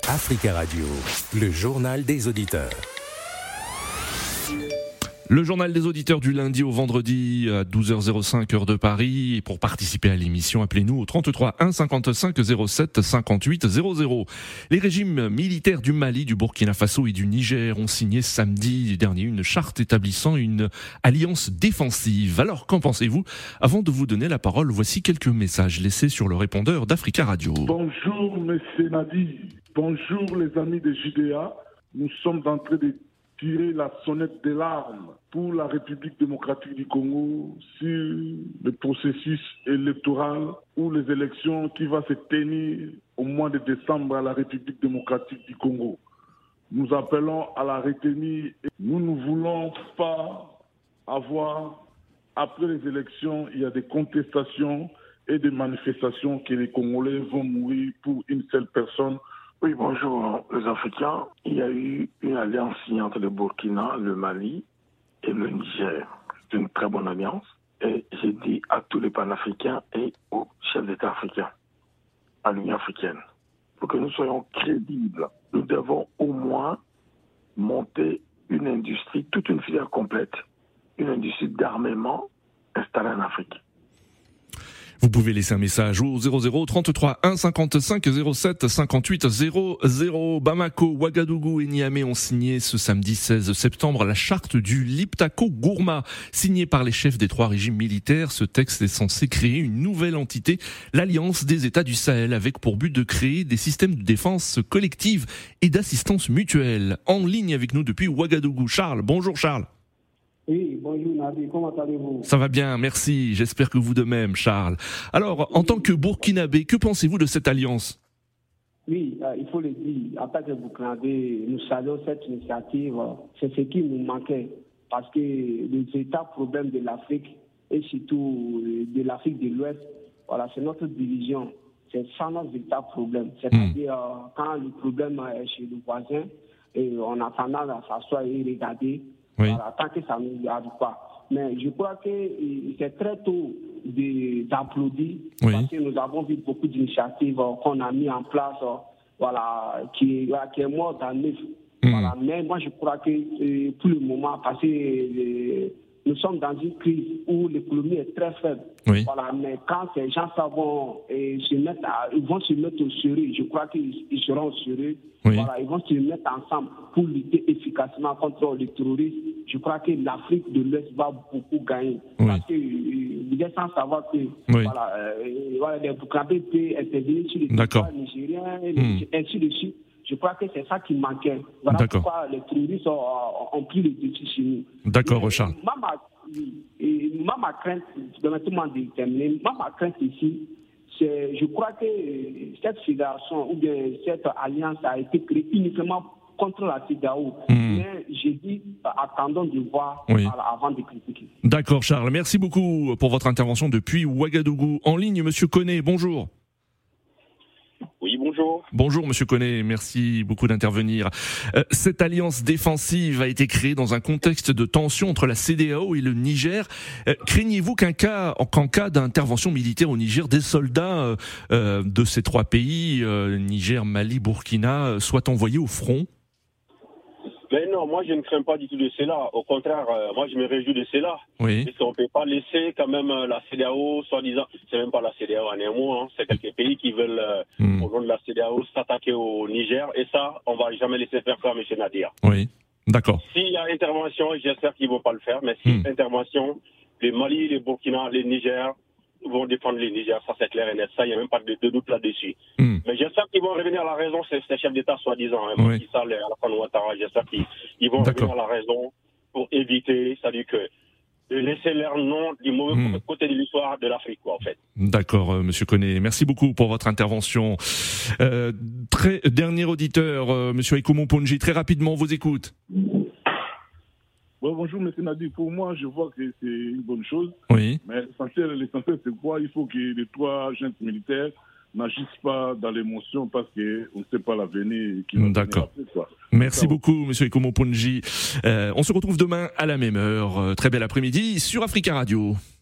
Africa Radio, le journal des auditeurs. Le journal des auditeurs du lundi au vendredi à 12h05 heure de Paris. Et pour participer à l'émission, appelez-nous au 33 1 55 07 58 00. Les régimes militaires du Mali, du Burkina Faso et du Niger ont signé samedi dernier une charte établissant une alliance défensive. Alors, qu'en pensez-vous? Avant de vous donner la parole, voici quelques messages laissés sur le répondeur d'Africa Radio. Bonjour, monsieur Nadi. Bonjour, les amis de JDA. Nous sommes en train de tirer la sonnette d'alarme pour la République démocratique du Congo sur le processus électoral ou les élections qui vont se tenir au mois de décembre à la République démocratique du Congo. Nous appelons à la retenue. Nous ne voulons pas avoir, après les élections, il y a des contestations et des manifestations que les Congolais vont mourir pour une seule personne. Oui, bonjour les Africains. Il y a eu une alliance signée entre le Burkina, le Mali et le Niger. C'est une très bonne alliance. Et j'ai dit à tous les panafricains et aux chefs d'État africains, à l'Union africaine, pour que nous soyons crédibles, nous devons au moins monter une industrie, toute une filière complète, une industrie d'armement installée en Afrique. Vous pouvez laisser un message au 00 33 1 55 07 58 00. Bamako, Ouagadougou et Niamey ont signé ce samedi 16 septembre la charte du Liptako Gourma. Signée par les chefs des trois régimes militaires, ce texte est censé créer une nouvelle entité, l'Alliance des États du Sahel, avec pour but de créer des systèmes de défense collective et d'assistance mutuelle. En ligne avec nous depuis Ouagadougou, Charles. Bonjour Charles. Oui, bonjour Nabi, comment allez-vous? Ça va bien, merci. J'espère que vous de même, Charles. Alors, en tant que Burkinabé, que pensez-vous de cette alliance? Oui, il faut le dire. En tant que Burkinabé, nous saluons cette initiative. C'est ce qui nous manquait. Parce que les états problèmes de l'Afrique, et surtout de l'Afrique de l'Ouest, voilà, c'est notre division. C'est ça notre véritable problème. C'est-à-dire, quand le problème est chez le voisin, et on a tendance à s'asseoir et regarder. Oui. Voilà, tant que ça ne nous arrive pas. Mais je crois que c'est très tôt d'applaudir, oui, parce que nous avons vu beaucoup d'initiatives qu'on a mis en place, voilà, qui est morte en neuf. Voilà. Mais moi, je crois que pour le moment, parce que nous sommes dans une crise où l'économie est très faible. Oui. Voilà, mais quand ces gens vont se mettre au sérieux, je crois qu'ils seront au sérieux. Oui. Voilà, ils vont se mettre ensemble pour lutter efficacement contre le terrorisme. Je crois que l'Afrique de l'Ouest va beaucoup gagner. Oui. Parce que vous êtes sans savoir que les Burkinabés peuvent intervenir sur les territoires nigériens et ainsi de suite. Je crois que c'est ça qui manquait. Voilà pourquoi les terroristes ont pris le dessus sur nous. D'accord, Charles. Ma crainte, permettez-moi de terminer, ma crainte ici, je crois que cette fédération ou bien cette alliance a été créée uniquement contre la CEDEAO. Mais j'ai dit, attendons de voir avant de critiquer. D'accord, Charles. Merci beaucoup pour votre intervention depuis Ouagadougou. En ligne, Monsieur Koné, bonjour. Oui, bonjour. Bonjour, Monsieur Koné, merci beaucoup d'intervenir. Cette alliance défensive a été créée dans un contexte de tension entre la CEDEAO et le Niger. Craignez-vous qu'en cas d'intervention militaire au Niger, des soldats de ces trois pays, Niger, Mali, Burkina, soient envoyés au front? Mais non, moi je ne crains pas du tout de cela. Au contraire, moi je me réjouis de cela. Oui. Parce qu'on ne peut pas laisser quand même la CEDEAO, soi-disant, c'est même pas la CEDEAO en un mot, c'est quelques pays qui veulent, au nom de la CEDEAO, s'attaquer au Niger. Et ça, on ne va jamais laisser faire ça, M. Nadir. Oui, d'accord. S'il y a intervention, j'espère qu'ils ne vont pas le faire, mais s'il y a intervention, les Mali, les Burkina, les Niger vont défendre les Niger, ça c'est clair et net. Ça, il n'y a même pas de doute là-dessus. Mais j'espère qu'ils vont revenir à la raison, ces chefs d'État soi-disant, Macky Sall et Alassane Ouattara. J'espère qu'ils vont revenir à la raison pour éviter, c'est-à-dire que de laisser leur nom du mauvais côté de l'histoire de l'Afrique, en fait. D'accord, Monsieur Koné. Merci beaucoup pour votre intervention. Dernier auditeur, Monsieur Aikomo Ponji, très rapidement, on vous écoute. Bonjour, M. Nadi. Pour moi, je vois que c'est une bonne chose. Oui. Mais l'essentiel, c'est quoi? Il faut que les trois agents militaires n'agissent pas dans l'émotion parce qu'on ne sait pas l'avenir qui va venir après. Merci beaucoup, Monsieur Aikomo Ponji. On se retrouve demain à la même heure. Très bel après-midi sur Africa Radio.